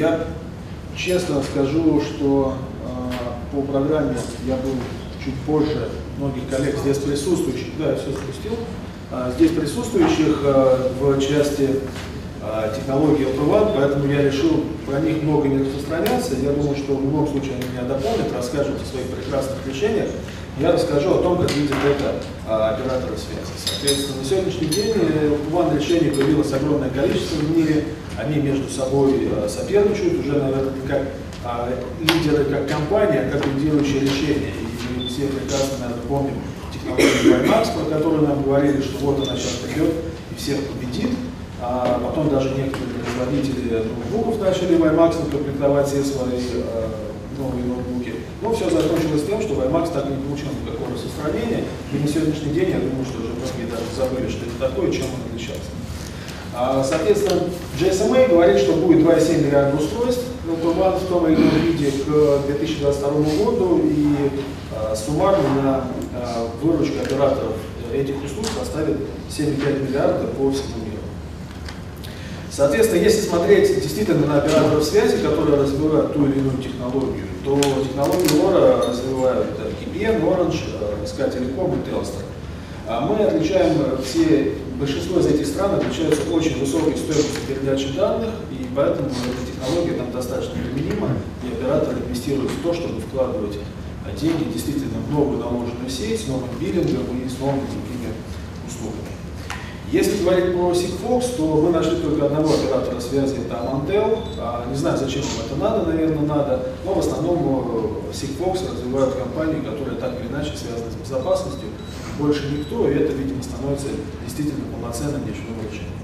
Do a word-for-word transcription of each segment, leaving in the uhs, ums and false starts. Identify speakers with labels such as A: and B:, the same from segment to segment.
A: Я честно скажу, что э, по программе я был чуть позже многих коллег здесь присутствующих, да, я все спустил, э, здесь присутствующих э, в части э, технологии эл пи один, поэтому я решил про них много не распространяться. Я думаю, что в любом случае они меня дополнят, расскажут о своих прекрасных решениях. Я расскажу о том, как видят это а, операторы связи. Соответственно, на сегодняшний день эл пи один решений появилось огромное количество в мире. Они между собой а, соперничают, уже, наверное, не как а, лидеры, как компания, а как лидирующие решения. И мы все прекрасно, наверное, помним технологию WiMAX, про которую нам говорили, что вот она сейчас придет и всех победит. А потом даже некоторые производители ноутбуков начали WiMAX комплектовать все свои а, новые ноутбуки. Но все закончилось тем, что WiMAX так и не получил никакого распространения. И на сегодняшний день, я думаю, что уже многие даже забыли, что это такое, чем он отличался. А, соответственно, джей эс эм эй говорит, что будет два и семь миллиарда устройств эл пи один в том или ином виде к две тысячи двадцать второму году, и а, суммарно на а, выручку операторов этих услуг составит семь и пять миллиардов по всему миру. Соответственно, если смотреть действительно на операторов связи, которые развивают ту или иную технологию, то технологию лора развивают кей пи эн, Orange, эс ка Telecom и Telstra. Мы отличаем все, большинство из этих стран отличаются очень высокой стоимостью передачи данных, и поэтому эта технология там достаточно применима, и операторы инвестируют в то, чтобы вкладывать деньги действительно в новую наложенную сеть, с новым биллингом и с новыми другими услугами. Если говорить про Sigfox, то мы нашли только одного оператора связи, это Amantel. Не знаю, зачем им это надо, наверное, надо, но в основном Sigfox развивают компании, которые так или иначе связаны с безопасностью. Больше никто, и это, видимо, становится действительно полноценным ничего решением.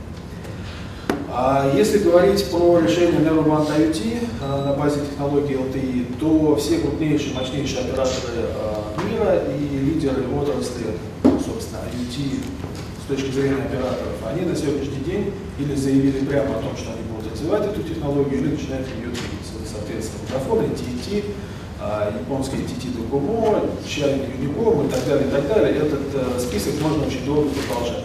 A: А если говорить про решение Narrowband ай о ти на базе технологии эл ти и, то все крупнейшие, мощнейшие операторы мира и лидеры отрасли, собственно, ай о ти, с точки зрения операторов, они на сегодняшний день или заявили прямо о том, что они будут развивать эту технологию, или начинают ее двигаться. Соответственно, Vodafone, эн ти и ти, японский эн ти ти Docomo, China Unicom и так далее, и так далее. Этот э, список можно очень долго продолжать.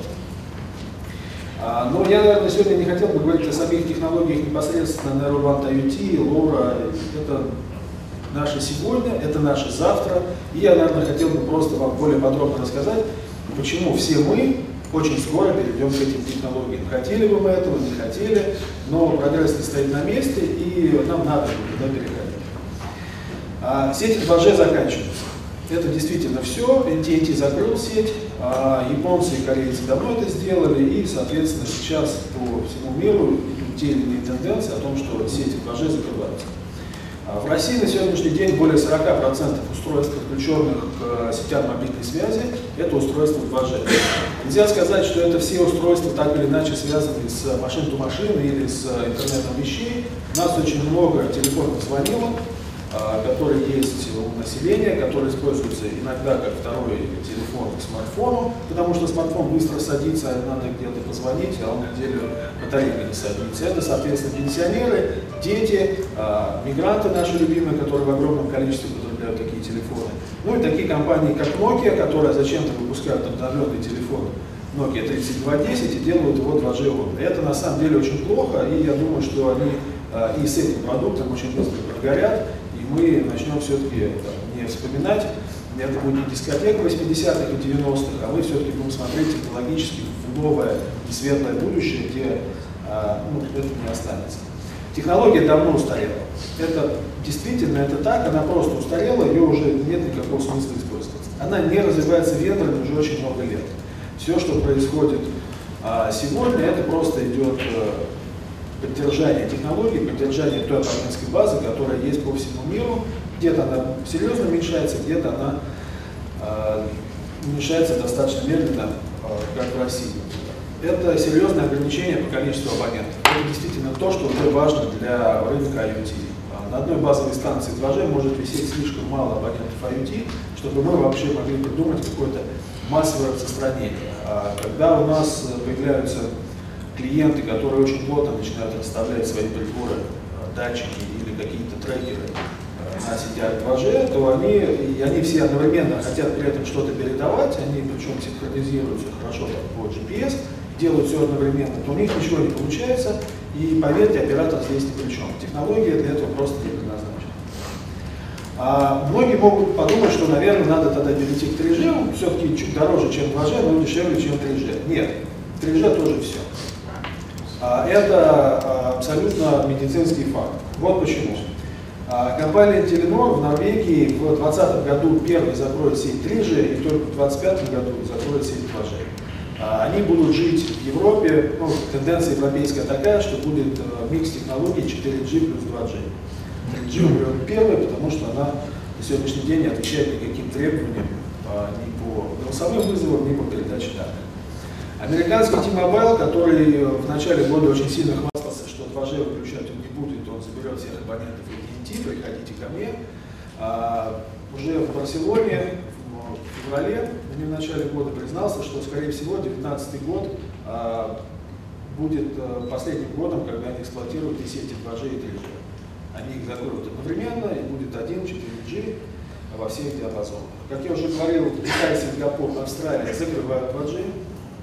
A: А, но я, наверное, сегодня не хотел бы говорить о самих технологиях непосредственно Narrowband ай о ти, лора. Это наше сегодня, это наше завтра. И я, наверное, хотел бы просто вам более подробно рассказать, почему все мы очень скоро перейдем к этим технологиям. Хотели бы мы этого, не хотели, но прогресс не стоит на месте, и нам надо туда переходить. А, сети два джи заканчиваются. Это действительно все. эн ти энд ти закрыл сеть, а японцы и корейцы давно это сделали, и, соответственно, сейчас по всему миру идут те или иные тенденции о том, что сети два джи закрываются. В России на сегодняшний день более сорока процентов устройств, подключенных к сетям мобильной связи, это устройства два джи. Нельзя сказать, что это все устройства так или иначе связаны с машин-то-машин или с интернетом вещей. У нас очень много телефонов звонилок, которые есть у населения, которые используются иногда как второй телефон к смартфону, потому что смартфон быстро садится, надо где-то позвонить, а он неделю батарейка не садится. Это, соответственно, пенсионеры, дети, мигранты наши любимые, которые в огромном количестве потребляют такие телефоны. Ну и такие компании, как Nokia, которые зачем-то выпускают обновленный телефон Nokia тридцать два десять и делают его два джи онли. Это на самом деле очень плохо, и я думаю, что они и с этим продуктом очень быстро прогорят. Мы начнем все-таки не вспоминать, это будет не дискотека восьмидесятых и девяностых, а мы все-таки будем смотреть технологически в новое и светлое будущее, где а, ну, это не останется. Технология давно устарела. Это действительно это так, она просто устарела, ее уже нет никакого смысла использовать. Она не развивается вендорами уже очень много лет. Все, что происходит а, сегодня, это просто идет поддержание технологий, поддержание той абонентской базы, которая есть по всему миру. Где-то она серьезно уменьшается, где-то она э, уменьшается достаточно медленно, э, как в России. Это серьезное ограничение по количеству абонентов. Это действительно то, что уже важно для рынка ай о ти. На одной базовой станции два джи может висеть слишком мало абонентов ай о ти, чтобы мы вообще могли придумать какое-то массовое распространение. А когда у нас появляются клиенты, которые очень плотно начинают расставлять свои приборы, датчики или какие-то трекеры на сетях два джи, то они, и они все одновременно хотят при этом что-то передавать, они причем синхронизируются хорошо по джи пи эс, делают все одновременно, то у них ничего не получается, и поверьте, оператор здесь ни при чем. Технология для этого просто не предназначена. А многие могут подумать, что, наверное, надо тогда перейти к три джи, все-таки чуть дороже, чем два джи, но дешевле, чем три джи. Нет, три джи тоже все. Это абсолютно медицинский факт. Вот почему. Компания Telenor в Норвегии в две тысячи двадцатом году первой закроет сеть три джи и только в две тысячи двадцать пятом году закроет сеть два джи. Они будут жить в Европе, ну, тенденция европейская такая, что будет микс технологий четыре джи плюс два джи. три джи умрет первой, потому что она на сегодняшний день не отвечает никаким требованиям ни по голосовым вызовам, ни по передаче данных. Американский T-Mobile, который в начале года очень сильно хвастался, что два джи выключать он не будет, он заберет всех абонентов и эй ти энд ти, приходите ко мне, а, уже в Барселоне в феврале, в начале года, признался, что, скорее всего, две тысячи девятнадцатый год а, будет а, последним годом, когда они эксплуатируют и сети два джи и три джи. Они их закроют одновременно, и будет один, четыре джи во всех диапазонах. Как я уже говорил, Китай, Сингапур, Австралия закрывают два джи.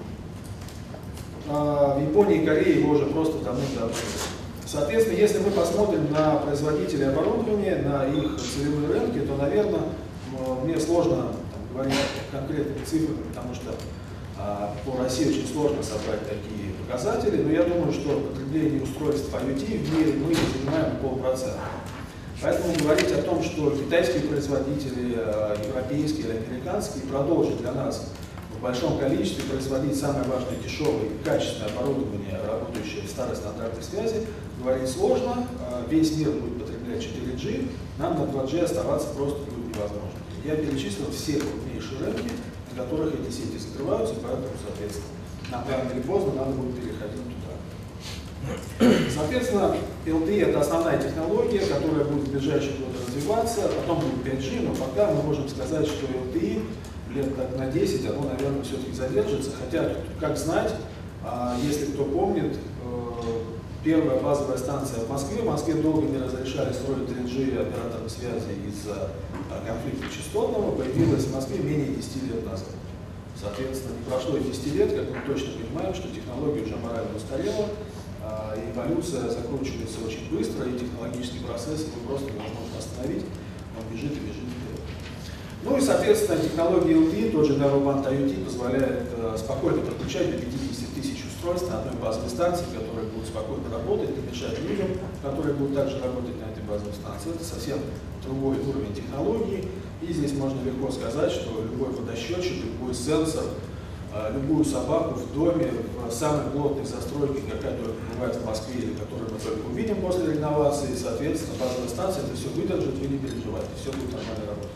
A: В Японии и Корее его уже просто давным-давно. Соответственно, если мы посмотрим на производителей оборудования, на их целевые рынки, то, наверное, мне сложно там говорить конкретными цифрами, потому что а, по России очень сложно собрать такие показатели, но я думаю, что потребление устройств ай о ти в мире мы занимаем полпроцента. Поэтому говорить о том, что китайские производители, европейские или американские продолжат для нас в большом количестве производить самое важное дешевое и качественное оборудование, работающее в старой стандартной связи, говорить сложно. Весь мир будет потреблять четыре джи, нам на два джи оставаться просто будет невозможно. Я перечислил все крупнейшие рынки, на которых эти сети закрываются, поэтому, соответственно, нам рано или поздно надо будет переходить туда. Соответственно, эл ти и это основная технология, которая будет в ближайшие годы развиваться, потом будет пять джи, но пока мы можем сказать, что эл ти и лет так на десять, оно, наверное, все-таки задержится, хотя, как знать, если кто помнит, первая базовая станция в Москве, в Москве долго не разрешали строить три джи операторам связи из-за конфликта частотного, появилась в Москве менее десяти лет назад. Соответственно, не прошло и десяти лет, как мы точно понимаем, что технология уже морально устарела, и эволюция закручивается очень быстро, и технологический процесс его просто невозможно остановить, он бежит и бежит вперед. Ну и, соответственно, технология эл ти и, тот же Narrowband ай о ти, позволяет э, спокойно подключать до пятидесяти тысяч устройств на одной базовой станции, которые будут спокойно работать, не мешать людям, которые будут также работать на этой базовой станции. Это совсем другой уровень технологии. И здесь можно легко сказать, что любой водосчетчик, любой сенсор, э, любую собаку в доме, в самой плотной застройке, какая только бывает в Москве или которую мы только увидим после реновации, соответственно, базовая станция это все выдержит, вы не переживайте, все будет нормально работать.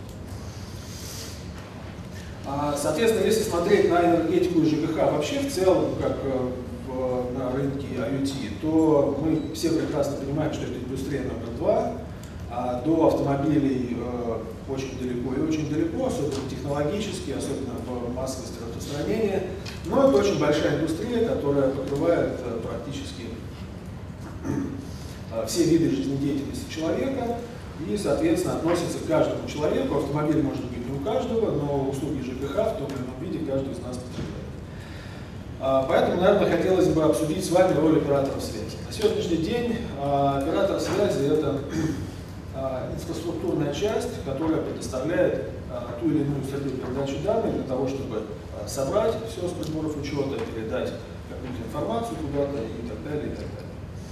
A: Соответственно, если смотреть на энергетику и ЖКХ вообще в целом, как в, на рынке ай о ти, то мы все прекрасно понимаем, что это индустрия номер два, а до автомобилей э, очень далеко и очень далеко, особенно технологически, особенно в массовости распространения. Но это очень большая индустрия, которая покрывает э, практически э, все виды жизнедеятельности человека. И, соответственно, относится к каждому человеку. Автомобиль может быть не у каждого, но услуги ЖКХ в том или ином виде каждый из нас потребляет. Поэтому, наверное, хотелось бы обсудить с вами роль операторов связи. На сегодняшний день оператор связи – это инфраструктурная часть, которая предоставляет ту или иную среду передачи данных для того, чтобы собрать все с приборов учета, передать какую-то информацию куда-то и так далее, и так далее.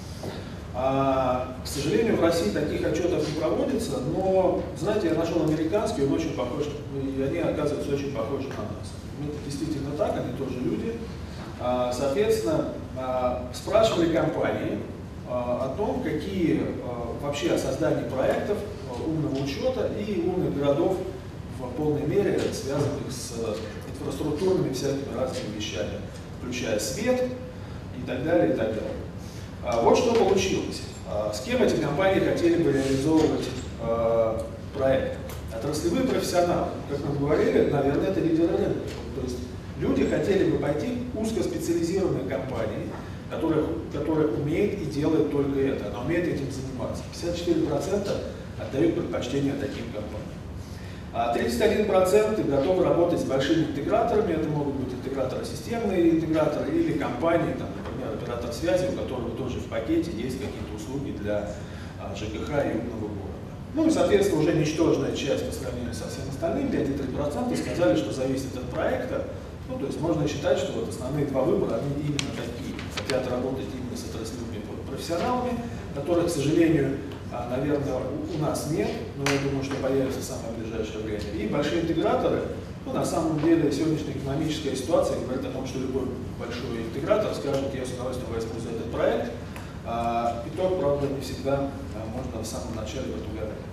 A: А, к сожалению, в России таких отчетов не проводится, но, знаете, я нашел американский, он очень похож, и они оказываются очень похожи на нас. Это действительно так, они тоже люди. А, соответственно, а, спрашивали компании а, о том, какие а, вообще о создании проектов а, умного учета и умных городов в полной мере связанных с инфраструктурными всякими разными вещами, включая свет и так далее, и так далее. Вот что получилось. С кем эти компании хотели бы реализовывать э, проект? Отраслевые профессионалы. Как мы говорили, наверное, это лидеры рынка. То есть люди хотели бы пойти к узкоспециализированной компании, которая, которая умеет и делает только это. Она умеет этим заниматься. пятьдесят четыре процента отдают предпочтение таким компаниям. А тридцать один процент готовы работать с большими интеграторами, это могут быть интеграторы, системные интеграторы или компании, там, например, оператор связи, у которого тоже в пакете есть какие-то услуги для а, ЖКХ и умного города. Ну и, соответственно, уже ничтожная часть по сравнению со всем остальным, пять и три процента, сказали, что зависит от проекта. Ну, то есть можно считать, что вот основные два выбора, они именно такие. Хотят работать именно с отраслевыми профессионалами, которых, к сожалению, наверное, у нас нет, но я думаю, что появится в самое ближайшее время. И большие интеграторы, ну, на самом деле, сегодняшняя экономическая ситуация говорит о том, что любой большой интегратор скажет, я с удовольствием возьму за этот проект. А, итог, правда, не всегда а, можно в самом начале предугадать.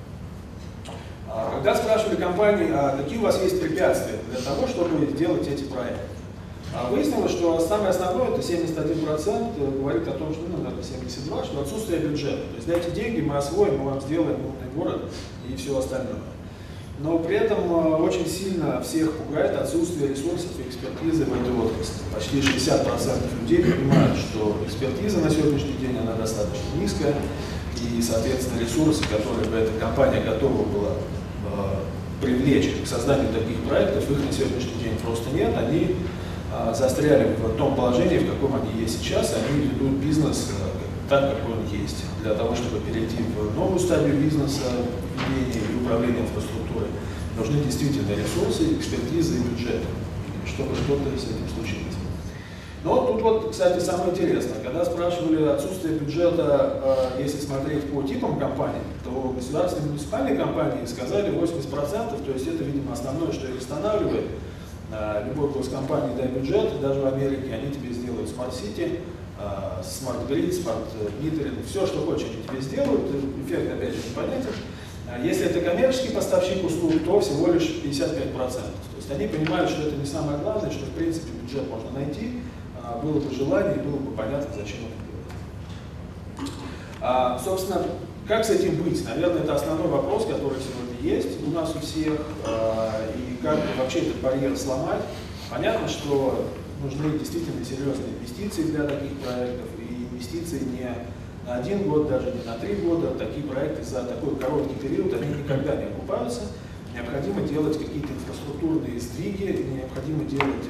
A: А, когда спрашивали компании, а какие у вас есть препятствия для того, чтобы делать эти проекты, а выяснилось, что самое основное, это семьдесят один процент говорит о том, что, ну, наверное, семьдесят два процента, что отсутствие бюджета. То есть за эти деньги мы освоим, мы вам сделаем умный город и все остальное. Но при этом очень сильно всех пугает отсутствие ресурсов и экспертизы в этой отрасли. Почти шестьдесят процентов людей понимают, что экспертиза на сегодняшний день она достаточно низкая, и, соответственно, ресурсы, которые бы эта компания готова была э, привлечь к созданию таких проектов, их на сегодняшний день просто нет. Они застряли в том положении, в каком они есть сейчас, они ведут бизнес так, как он есть. Для того, чтобы перейти в новую стадию бизнеса, ведения и управления инфраструктурой, нужны действительно ресурсы, экспертизы и бюджет, чтобы что-то с этим случилось. Но тут вот, кстати, самое интересное, когда спрашивали отсутствие бюджета, если смотреть по типам компаний, то государственные и муниципальные компании сказали восемьдесят процентов, то есть это, видимо, основное, что их останавливает. Любой госкомпании дай бюджет, даже в Америке, они тебе сделают смарт-сити, смарт-грид, смарт-митеринг, все, что хочешь, они тебе сделают, эффект, опять же, непонятен. Если это коммерческий поставщик услуг, то всего лишь пятьдесят пять процентов. То есть они понимают, что это не самое главное, что, в принципе, бюджет можно найти, было бы желание и было бы понятно, зачем это делать. А, собственно, как с этим быть? Наверное, это основной вопрос, который сегодня есть у нас у всех, и как вообще этот барьер сломать. Понятно, что нужны действительно серьезные инвестиции для таких проектов, и инвестиции не на один год, даже не на три года. Такие проекты за такой короткий период, они никогда не окупаются. Необходимо делать какие-то инфраструктурные сдвиги, необходимо делать,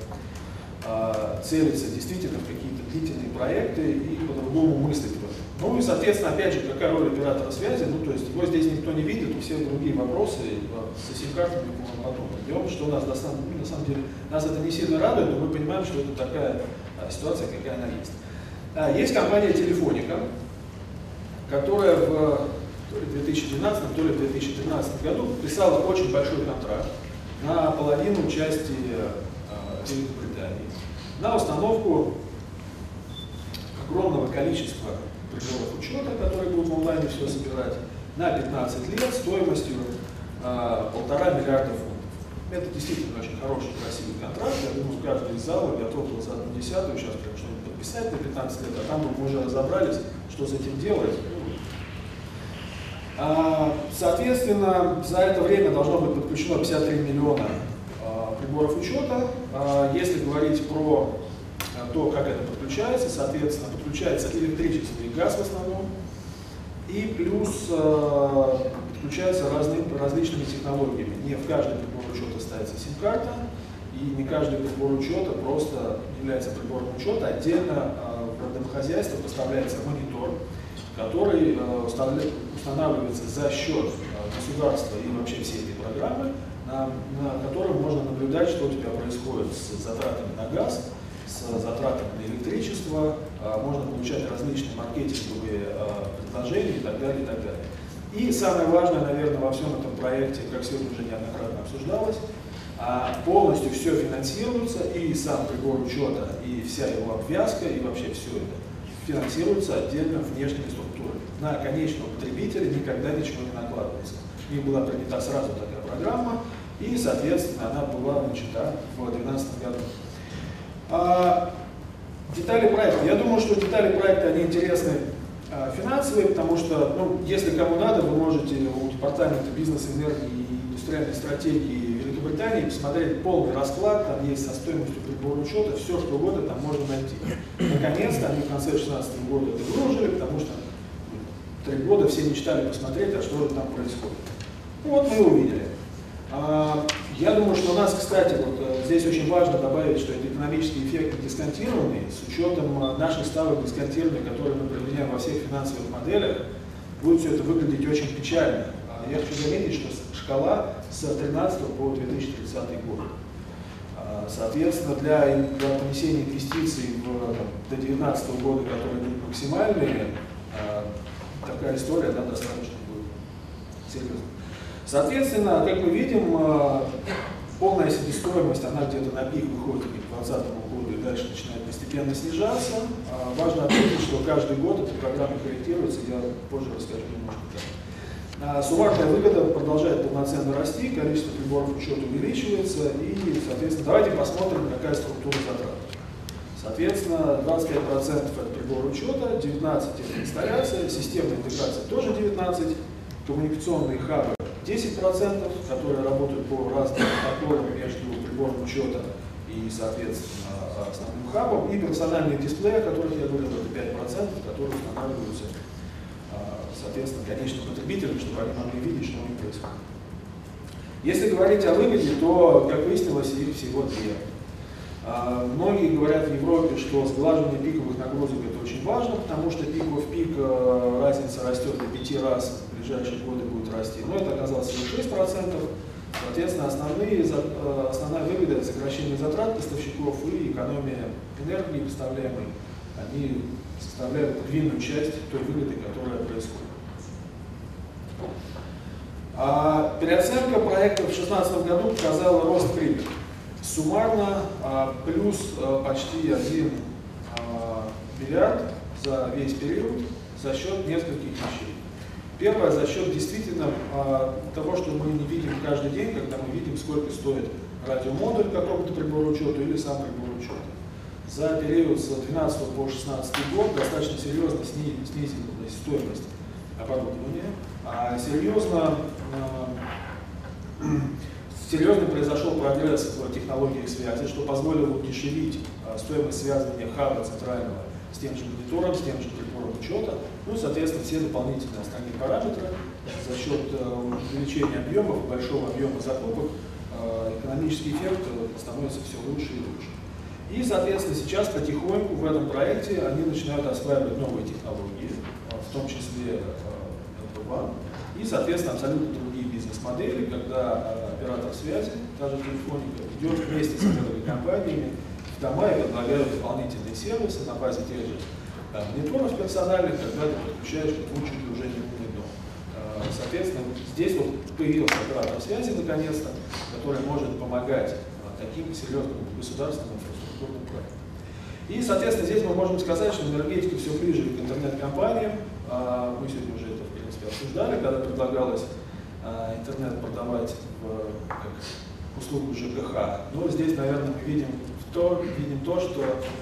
A: целиться действительно в какие-то длительные проекты и по-другому мыслить в этом. Ну и, соответственно, опять же, какая роль оператора связи, ну то есть его здесь никто не видит, у всех другие вопросы со сим-картами и потом. Идем, что нас, на самом, ну, на самом деле, нас это не сильно радует, но мы понимаем, что это такая а, ситуация, какая она есть. А, есть компания Телефоника, которая в то ли две тысячи двенадцатом, то ли в две тысячи тринадцатом году подписала очень большой контракт на половину части а, Великобритании на установку огромного количества приборов учета, которые будут в онлайне все собирать, на пятнадцать лет стоимостью э, полтора миллиарда фунтов. Это действительно очень хороший, красивый контракт. Я думаю, каждый из зала готов был за одну десятую сейчас прям что-нибудь подписать на пятнадцать лет, а там мы уже разобрались, что с этим делать. А, соответственно, за это время должно быть подключено пятьдесят три миллиона а, приборов учета. А, если говорить про то, как это подключается, соответственно, подключается электричество и газ в основном, и плюс э, подключается разными, различными технологиями. Не в каждый прибор учета ставится сим-карта, и не каждый прибор учета просто является прибором учета. Отдельно э, в домохозяйство поставляется монитор, который э, устанавливается за счет э, государства и вообще всей этой программы, на, на котором можно наблюдать, что у тебя происходит с затратами на газ, с затратами на электричество, можно получать различные маркетинговые предложения и так далее, и так далее. И самое важное, наверное, во всем этом проекте, как сегодня уже неоднократно обсуждалось, полностью все финансируется, и сам прибор учета, и вся его обвязка, и вообще все это финансируется отдельно внешними структурами. На конечного потребителя никогда ничего не накладывается. И была принята сразу такая программа, и, соответственно, она была начата в две тысячи двенадцатом году. А, детали проекта. Я думаю, что детали проекта, они интересны а, финансовые, потому что, ну, если кому надо, вы можете у Департамента бизнеса, энергии и индустриальной стратегии Великобритании посмотреть полный расклад, там есть со стоимостью прибора учета, все что угодно там можно найти. Наконец-то они в конце две тысячи шестнадцатого года это выложили, потому что три года все мечтали посмотреть, а что же там происходит. Ну, вот мы увидели. Я думаю, что у нас, кстати, вот здесь очень важно добавить, что это экономический эффект дисконтированный, с учетом наших ставок дисконтированных, которые мы применяем во всех финансовых моделях, будет все это выглядеть очень печально. Я хочу заметить, что шкала с две тысячи тринадцатого по две тысячи тридцатый год. Соответственно, для, для понесения инвестиций в, до две тысячи девятнадцатого года, которые будут максимальные, такая история, она достаточно будет серьезная. Соответственно, как мы видим, полная себестоимость, она где-то на пик выходит к две тысячи двадцатому году и дальше начинает постепенно снижаться. Важно отметить, что каждый год эта программа корректируется, я позже расскажу немножко как. Суммарная выгода продолжает полноценно расти, количество приборов учета увеличивается, и, соответственно, давайте посмотрим, какая структура затрат. Соответственно, двадцать пять процентов это прибор учета, девятнадцать процентов это инсталляция, системная интеграция тоже девятнадцать процентов, коммуникационные хабы десять процентов, которые работают по разным протоколам между прибором учета и, соответственно, основным хабом, и персональные дисплеи, о которых я говорил, это пять процентов, которые устанавливаются, соответственно, конечным потребителям, чтобы они могли видеть, что у них происходит. Если говорить о выгоде, то, как выяснилось, их всего две. Многие говорят в Европе, что сглаживание пиковых нагрузок это очень важно, потому что пик в пик разница растет до пяти раз, в ближайшие годы будет расти. Но это оказалось всего шесть процентов. Соответственно, основные, основная выгода – это сокращение затрат поставщиков и экономия энергии поставляемой. Они составляют львиную часть той выгоды, которая происходит. А переоценка проекта в две тысячи шестнадцатом году показала рост прибыли. Суммарно а, плюс а, почти один а, миллиард за весь период за счет нескольких вещей. Первое, за счет действительно а, того, что мы не видим каждый день, когда мы видим, сколько стоит радиомодуль какого-то прибора учета или сам прибор учета. За период с две тысячи двенадцатого по две тысячи шестнадцатый год достаточно серьезно снизилась стоимость оборудования, а серьезно а, Серьезно произошел прогресс в технологиях связи, что позволило удешевить а, стоимость связывания хаба центрального с тем же монитором, с тем же прибором учета, ну и, соответственно, все дополнительные остальные параметры за счет а, увеличения объемов, большого объема закупок, а, экономический эффект становится все лучше и лучше. И, соответственно, сейчас потихоньку в этом проекте они начинают осваивать новые технологии, а, в том числе эл пи ван, и, соответственно, абсолютно другие бизнес-модели, когда э, оператор связи, та же Телефоника, идет вместе с этими компаниями в дома и предлагают дополнительные сервисы на базе тех же э, мониторов персональных, когда ты подключаешь к двум чуть ли уже не умный дом. Э, соответственно, здесь вот появился оператор связи наконец-то, который может помогать э, таким серьезным государственным инфраструктурным проектам. И, соответственно, здесь мы можем сказать, что энергетика все ближе к интернет-компаниям. Э, мы сегодня уже это обсуждали, когда предлагалось а, интернет продавать в, как услугу ЖКХ. Но здесь, наверное, мы видим то, видим то что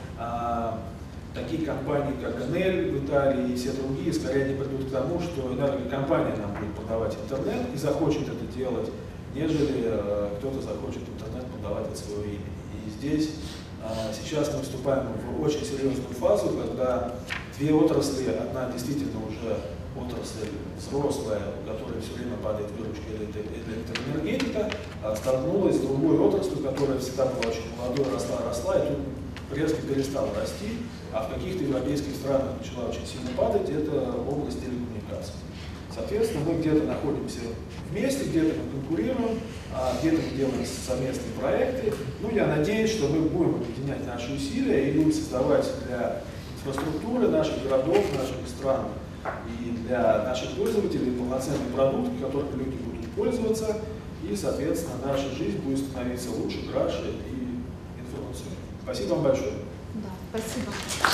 A: а, такие компании, как Enel в Италии и все другие, скорее не придут к тому, что энергокомпания нам будет продавать интернет и захочет это делать, нежели а, кто-то захочет интернет продавать от своего имени. И здесь а, сейчас мы вступаем в очень серьезную фазу, когда две отрасли, одна действительно уже отрасль взрослая, у которой все время падает выручка электроэнергетика, столкнулась с другой отраслью, которая всегда была очень молодой, росла, росла, и тут резко перестала расти, а в каких-то европейских странах начала очень сильно падать, это область телекоммуникаций. Соответственно, мы где-то находимся вместе, где-то мы конкурируем, где-то мы делаем совместные проекты. Ну, я надеюсь, что мы будем объединять наши усилия и будем создавать для инфраструктуры наших городов, наших стран и для наших пользователей полноценный продукт, которым люди будут пользоваться, и, соответственно, наша жизнь будет становиться лучше, краше и информационнее. Спасибо вам большое.
B: Да, спасибо.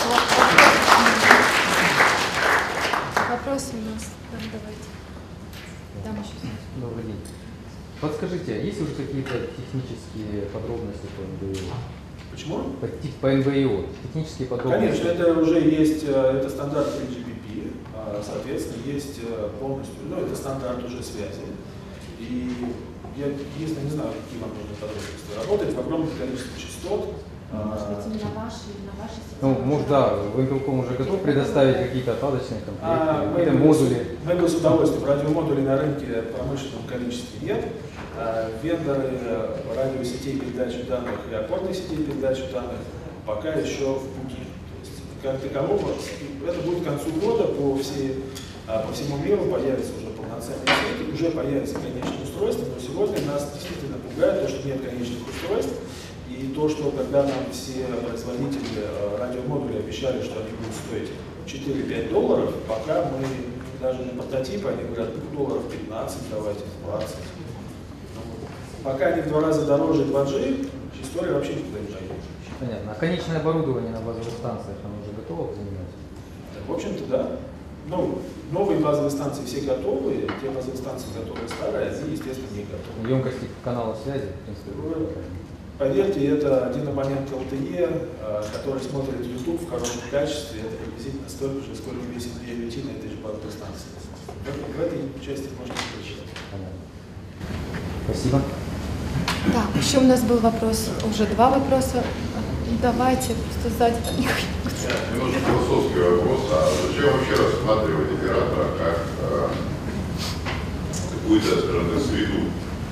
B: Вопросы у нас. Да, давайте. Там еще.
C: Добрый день. Подскажите, а есть уже какие-то технические подробности по эн бэ и о?
A: Почему?
C: По, по эн бэ и о. Технические подробности.
A: Конечно, это уже есть, это стандарт три джи пи пи. Соответственно, есть полностью, ну, это стандарт уже связи. И я, если не знаю, какие вам нужны подробности, работает в огромном количестве частот,
B: Может быть, именно ваши или на вашей сети?
C: Ну, может, да, Вимпелком уже готов предоставить какие-то отладочные комплекты,
A: А, мы,
C: какие-то
A: бы
C: модули.
A: с- мы бы с удовольствием. Радиомодулей на рынке в промышленном количестве нет. А, вендоры радиосетей передачи данных и опорных сетей передачи данных пока еще в пути. То есть, как такового, это будет к концу года по, всей, а, по всему миру появятся уже полноценные сети, уже появятся конечные устройства, но сегодня нас действительно пугает то, что нет конечных устройств. И то, что когда нам все производители э, радиомодулей обещали, что они будут стоить четыре-пять долларов, пока мы даже на прототипы, они говорят, ну, долларов пятнадцать, давайте, двадцать. Ну, пока они в два раза дороже два джи, история вообще никуда не пойдет.
C: Понятно. А конечное оборудование на базовых станциях, оно уже готово к заменять?
A: Так, в общем-то, да. Ну, новые базовые станции все готовы, те базовые станции, которые старые, они, естественно, не готовы.
C: Емкости канала связи, в принципе, будет.
A: Поверьте, это один абонент эл тэ е, который смотрит YouTube в хорошем качестве, это приблизительно столько же, сколько весит две ю ти на этой же базовой станции. В, в этой части можно включить.
C: Спасибо.
B: Так, еще у нас был вопрос, уже два вопроса. Давайте просто сзади.
D: Немножко философский вопрос. А зачем вообще рассматривать оператора как э, какую-то, скажем так, среду?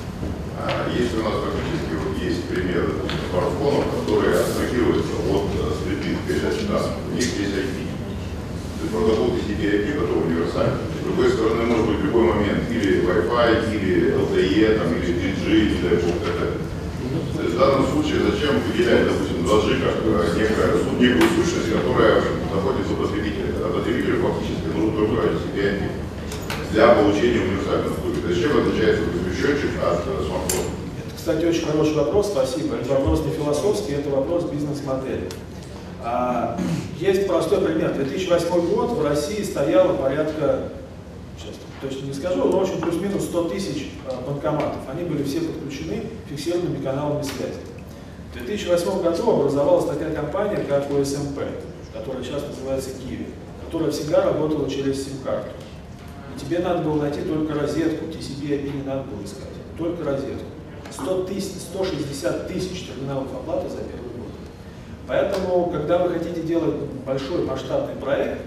D: А если у нас практически вот есть примеры смартфонов, которые абстрагируются от среды передачи данных, у них есть ай пи. То есть протокол ти си пи ай пи, который универсальный. С другой стороны, может быть в любой момент или Wi-Fi, или эл тэ е, там, или три джи, или дай бог, так. В данном случае зачем выделять, допустим, два джи как некая, некую сущность, которая находится у потребителя, когда потребителю фактически нужен только ти си пи ай пи для получения универсальной услуги. То есть чем отличается счетчик от смартфона?
A: Это, кстати, очень хороший вопрос, спасибо. Это вопрос не философский, это вопрос бизнес-модели. А, есть простой пример. две тысячи восьмой год в России стояло порядка, сейчас точно не скажу, но в общем плюс-минус сто тысяч банкоматов. Они были все подключены фиксированными каналами связи. В две тысячи восьмом году образовалась такая компания, как о эс эм пэ, которая сейчас называется Kiwi, которая всегда работала через сим-карту. И тебе надо было найти только розетку, ти си пи ай пи не надо было искать, только розетку. сто тысяч, сто шестьдесят тысяч терминалов оплаты за первый год. Поэтому, когда вы хотите делать большой масштабный проект,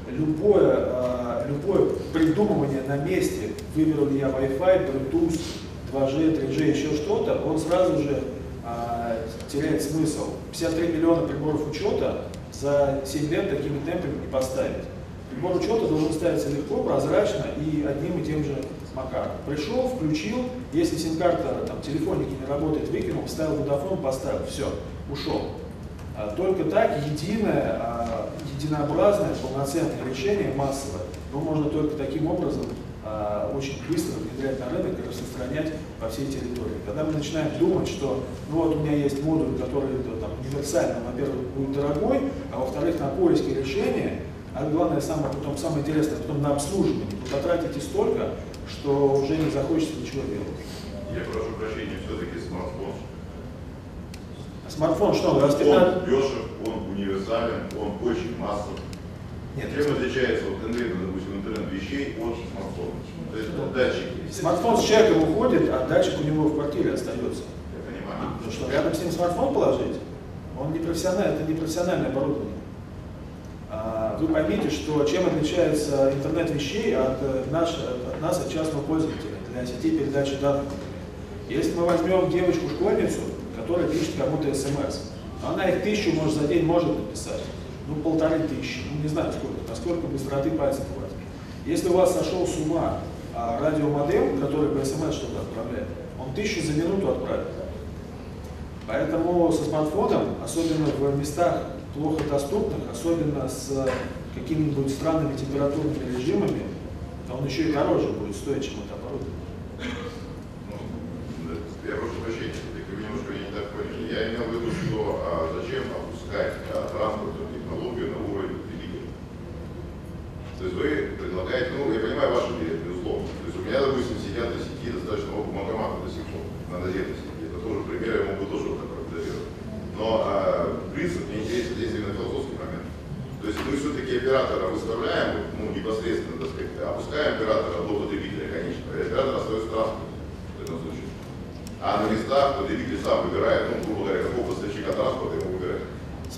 A: любое, любое придумывание на месте, выберу ли я Wi-Fi, Bluetooth, два джи, три джи, еще что-то, он сразу же а, теряет смысл. пятьдесят три миллиона приборов учета за семь лет такими темпами не поставить. Прибор учета должен ставиться легко, прозрачно и одним и тем же макаром. Пришел, включил, если сим-карта, там, телефонники не работает, выкинул, вставил Vodafone, поставил, все, ушел. А, только так единое, а, единообразное, полноценное решение, массовое, но можно только таким образом а, очень быстро внедрять на рынок и распространять по всей территории. Когда мы начинаем думать, что ну вот у меня есть модуль, который там, универсально, во-первых, будет дорогой, а во-вторых, на поиске решения, а главное, самое, потом, самое интересное, потом на обслуживание, вы потратите столько, что уже не захочется ничего делать.
D: Я прошу прощения, все-таки смартфон.
A: А смартфон что, он
D: Он
A: распитает?
D: дешев, он универсален, он очень массовый.
A: Нет,
D: Чем отличается вот, конкретно, допустим, интернет вещей от смартфона? То есть вот датчики.
A: смартфон с человеком уходит, а датчик у него в квартире остается.
D: Я понимаю.
A: Ну что, рядом с ним смартфон положить? Он не профессиональный, это не профессиональное оборудование. А, вы поймите, что чем отличается интернет вещей от, наш, от нас, от частного пользователя, для сети передачи данных. Если мы возьмем девочку-школьницу, которая пишет кому-то эс эм эс, она их тысячу может за день может написать, ну полторы тысячи, ну не знаю сколько, насколько быстроты пальцев хватит. Если у вас сошел с ума а, радиомодем, который по эс эм эс что-то отправляет, он тысячу за минуту отправит. Поэтому со смартфоном, особенно в местах плохо доступных, особенно с какими-нибудь странными температурными режимами, то он еще и дороже будет стоить, чем это оборудование.
D: Ну, я прошу прощения, вы немножко не так поняли. Я имел в виду, что а, зачем опускать а, транспортную технологию на уровень потребителя. То есть вы предлагаете, ну, я понимаю вашу идею, безусловно. То есть у меня, допустим, сидят на сети достаточно много банкоматов до сих пор, на наземной сети. Это тоже пример, я могу тоже вот так проанализировать. Но а, принцип мне интересен здесь именно философский момент. То есть мы все-таки оператора выставляем, ну, непосредственно, так сказать, опускаем оператора до потребителя, конечно, и оператор остается транспортом в этом случае. А на местах потребитель сам выбирает, ну, грубо говоря, какого поставщика транспорта ему выбирать.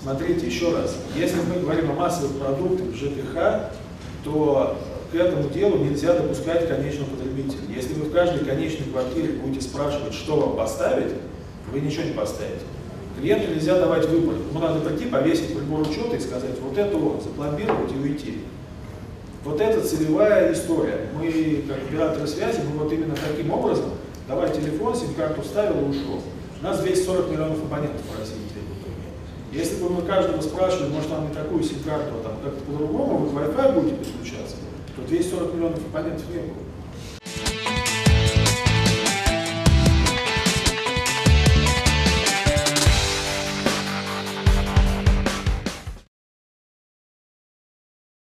A: смотрите еще раз, если мы говорим о массовых продуктах в ЖКХ, то к этому делу нельзя допускать конечного потребителя. Если вы в каждой конечной квартире будете спрашивать, что вам поставить, вы ничего не поставите. Клиенту нельзя давать выбор. Ему надо прийти, повесить прибор учета и сказать, вот это вот, запломбировать и уйти. Вот это целевая история. Мы, как операторы связи, мы вот именно таким образом, давай телефон, сим-карту вставил и ушел. У нас двести сорок миллионов абонентов в России. Если бы мы каждого спрашивали, может нам не такую сим-карту, а там как-то по-другому, вы к Wi-Fi будете подключаться, то двести сорок миллионов абонентов не было.